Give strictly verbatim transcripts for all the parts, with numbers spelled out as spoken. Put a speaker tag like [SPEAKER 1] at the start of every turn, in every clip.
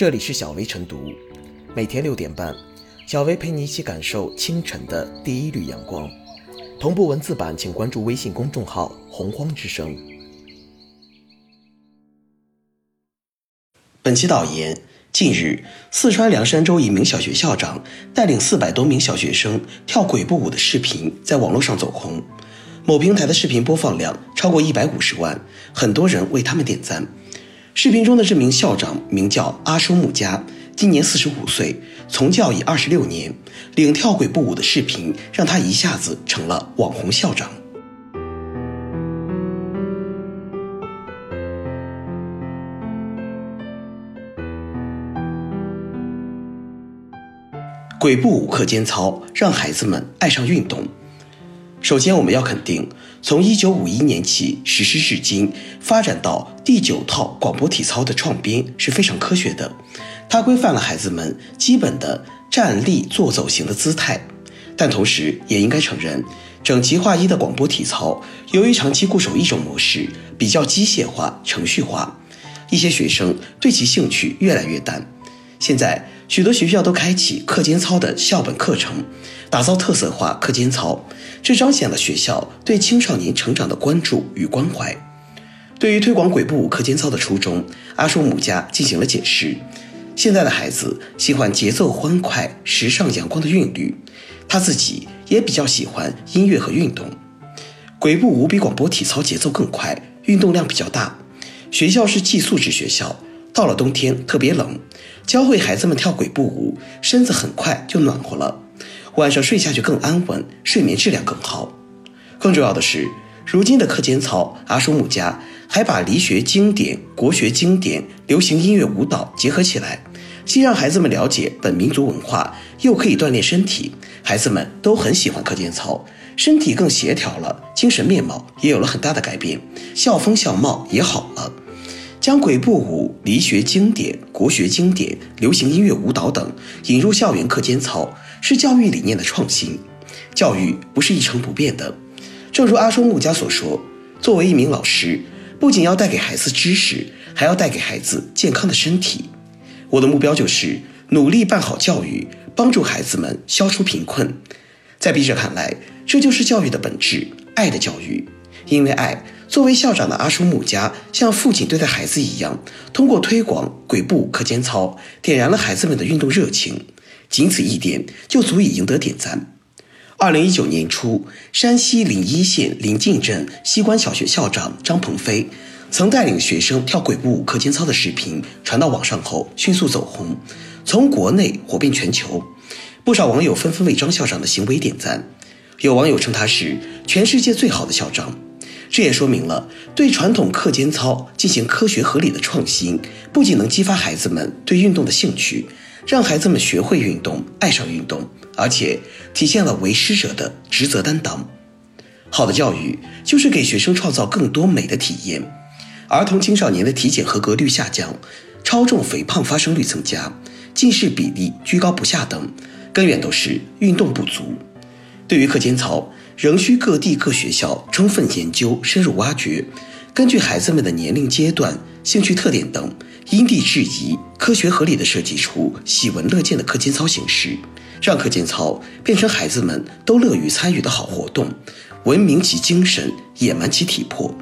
[SPEAKER 1] 这里是小薇晨读，每天六点半，小薇陪你一起感受清晨的第一缕阳光。同步文字版请关注微信公众号洪荒之声。本期导言：近日，四川凉山州一名小学校长带领四百多名小学生跳鬼步舞的视频在网络上走红，某平台的视频播放量超过一百五十万，很多人为他们点赞。视频中的这名校长名叫阿收木加，今年四十五岁，从教已二十六年，领跳鬼步舞的视频让他一下子成了网红校长。鬼步舞课间操让孩子们爱上运动。首先我们要肯定，从一九五一年起实施至今，发展到第九套广播体操的创编是非常科学的，它规范了孩子们基本的站立坐走行的姿态。但同时也应该承认，整齐划一的广播体操由于长期固守一种模式，比较机械化程序化，一些学生对其兴趣越来越淡。现在许多学校都开启课间操的校本课程，打造特色化课间操，这彰显了学校对青少年成长的关注与关怀。对于推广鬼步舞课间操的初衷，阿收木加进行了解释。现在的孩子喜欢节奏欢快、时尚阳光的韵律，他自己也比较喜欢音乐和运动。鬼步舞比广播体操节奏更快，运动量比较大。学校是寄宿制学校，到了冬天特别冷，教会孩子们跳鬼步舞，身子很快就暖和了，晚上睡下去更安稳，睡眠质量更好。更重要的是，如今的课间操，阿收木加还把理学经典、国学经典、流行音乐、舞蹈结合起来，既让孩子们了解本民族文化，又可以锻炼身体，孩子们都很喜欢课间操，身体更协调了，精神面貌也有了很大的改变，校风校貌也好了。将鬼步舞、理学经典、国学经典、流行音乐、舞蹈等引入校园课间操，是教育理念的创新。教育不是一成不变的，正如阿收木加所说，作为一名老师，不仅要带给孩子知识，还要带给孩子健康的身体。我的目标就是努力办好教育，帮助孩子们消除贫困。在笔者看来，这就是教育的本质，爱的教育。因为爱，作为校长的阿收木加像父亲对待孩子一样，通过推广鬼步舞课间操，点燃了孩子们的运动热情，仅此一点就足以赢得点赞。二零一九年初，山西临沂县临晋镇西关小学校长张鹏飞曾带领学生跳鬼步舞课间操的视频传到网上后迅速走红，从国内火遍全球，不少网友纷纷为张校长的行为点赞，有网友称他是全世界最好的校长。这也说明了对传统课间操进行科学合理的创新，不仅能激发孩子们对运动的兴趣，让孩子们学会运动，爱上运动，而且体现了为师者的职责担当。好的教育就是给学生创造更多美的体验。儿童青少年的体检合格率下降，超重肥胖发生率增加，近视比例居高不下等，根源都是运动不足。对于课间操，仍需各地各学校充分研究、深入挖掘，根据孩子们的年龄阶段、兴趣特点等，因地制宜、科学合理地设计出喜闻乐见的课间操形式，让课间操变成孩子们都乐于参与的好活动，文明其精神，野蛮其体魄。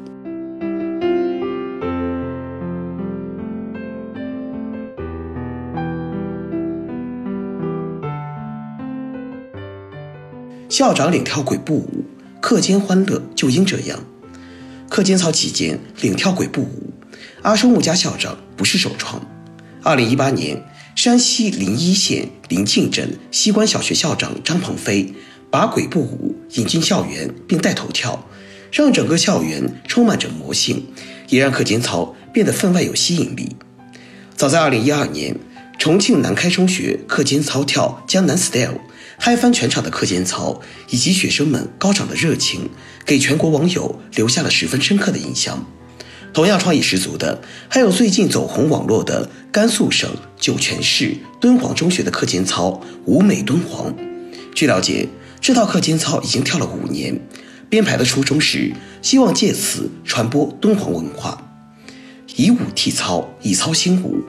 [SPEAKER 1] 校长领跳鬼步舞，课间欢乐就应这样。课间操期间领跳鬼步舞，阿收木加校长不是首创。二零一八年，山西临沂县临晋镇西关小学校长张鹏飞把鬼步舞引进校园并带头跳，让整个校园充满着魔性，也让课间操变得分外有吸引力。早在二零一二年，重庆南开中学课间操跳江南 style，嗨翻全场的课间操以及学生们高涨的热情，给全国网友留下了十分深刻的印象。同样创意十足的，还有最近走红网络的甘肃省酒泉市敦煌中学的课间操舞美敦煌。据了解，这套课间操已经跳了五年，编排的初衷是希望借此传播敦煌文化。以舞替操，以操兴舞。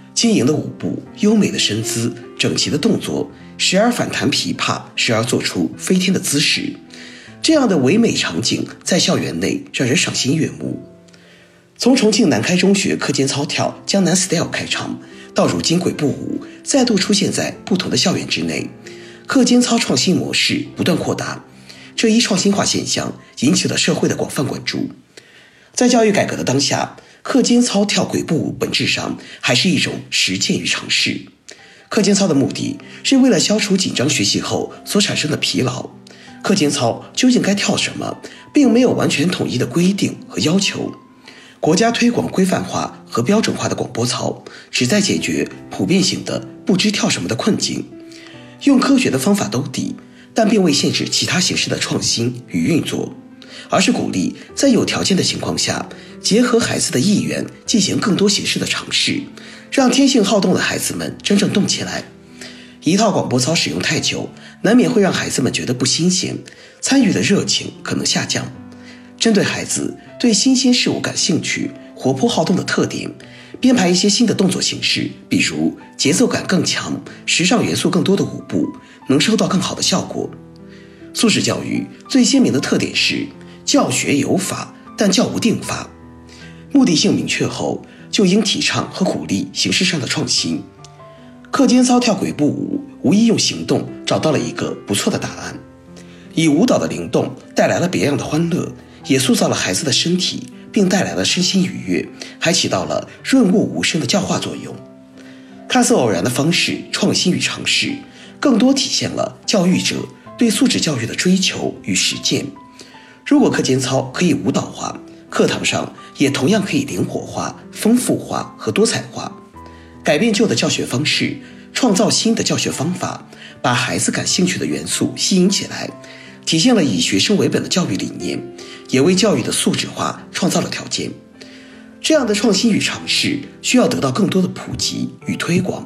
[SPEAKER 1] 轻盈的舞步、优美的身姿、整齐的动作，时而反弹琵琶，时而做出飞天的姿势。这样的唯美场景在校园内让人赏心悦目。从重庆南开中学课间操跳江南 style 开场，到如今鬼步舞再度出现在不同的校园之内，课间操创新模式不断扩大。这一创新化现象引起了社会的广泛关注。在教育改革的当下，课间操跳鬼步舞本质上还是一种实践与尝试。课间操的目的是为了消除紧张学习后所产生的疲劳。课间操究竟该跳什么，并没有完全统一的规定和要求。国家推广规范化和标准化的广播操，旨在解决普遍性的不知跳什么的困境，用科学的方法兜底，但并未限制其他形式的创新与运作，而是鼓励在有条件的情况下，结合孩子的意愿进行更多形式的尝试，让天性好动的孩子们真正动起来。一套广播操使用太久，难免会让孩子们觉得不新鲜，参与的热情可能下降。针对孩子对新鲜事物感兴趣、活泼好动的特点，编排一些新的动作形式，比如节奏感更强、时尚元素更多的舞步，能收到更好的效果。素质教育最鲜明的特点是教学有法，但教无定法。目的性明确后，就应提倡和鼓励形式上的创新。课间操跳鬼步舞无疑用行动找到了一个不错的答案，以舞蹈的灵动带来了别样的欢乐，也塑造了孩子的身体，并带来了身心愉悦，还起到了润物无声的教化作用。看似偶然的方式创新与尝试，更多体现了教育者对素质教育的追求与实践。如果课间操可以舞蹈化，课堂上也同样可以灵活化、丰富化和多彩化，改变旧的教学方式，创造新的教学方法，把孩子感兴趣的元素吸引起来，体现了以学生为本的教育理念，也为教育的素质化创造了条件。这样的创新与尝试需要得到更多的普及与推广。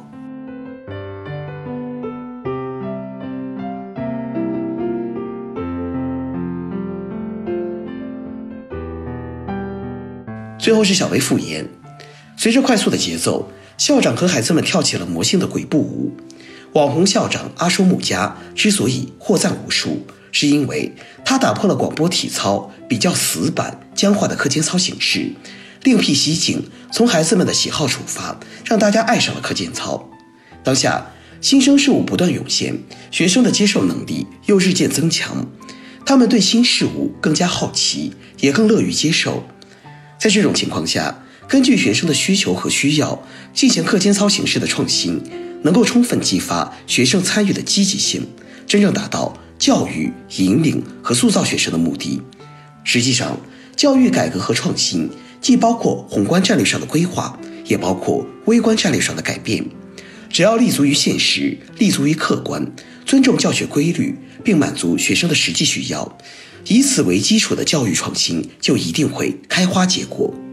[SPEAKER 1] 最后是小薇复言，随着快速的节奏，校长和孩子们跳起了魔性的鬼步舞。网红校长阿说穆加之所以获赞无数，是因为他打破了广播体操比较死板僵化的课间操形式，另辟蹊径，从孩子们的喜好出发，让大家爱上了课间操。当下新生事物不断涌现，学生的接受能力又日渐增强，他们对新事物更加好奇，也更乐于接受。在这种情况下，根据学生的需求和需要进行课间操形式的创新，能够充分激发学生参与的积极性，真正达到教育、引领和塑造学生的目的。实际上，教育改革和创新既包括宏观战略上的规划，也包括微观战略上的改变。只要立足于现实，立足于客观，尊重教学规律，并满足学生的实际需要，以此为基础的教育创新就一定会开花结果。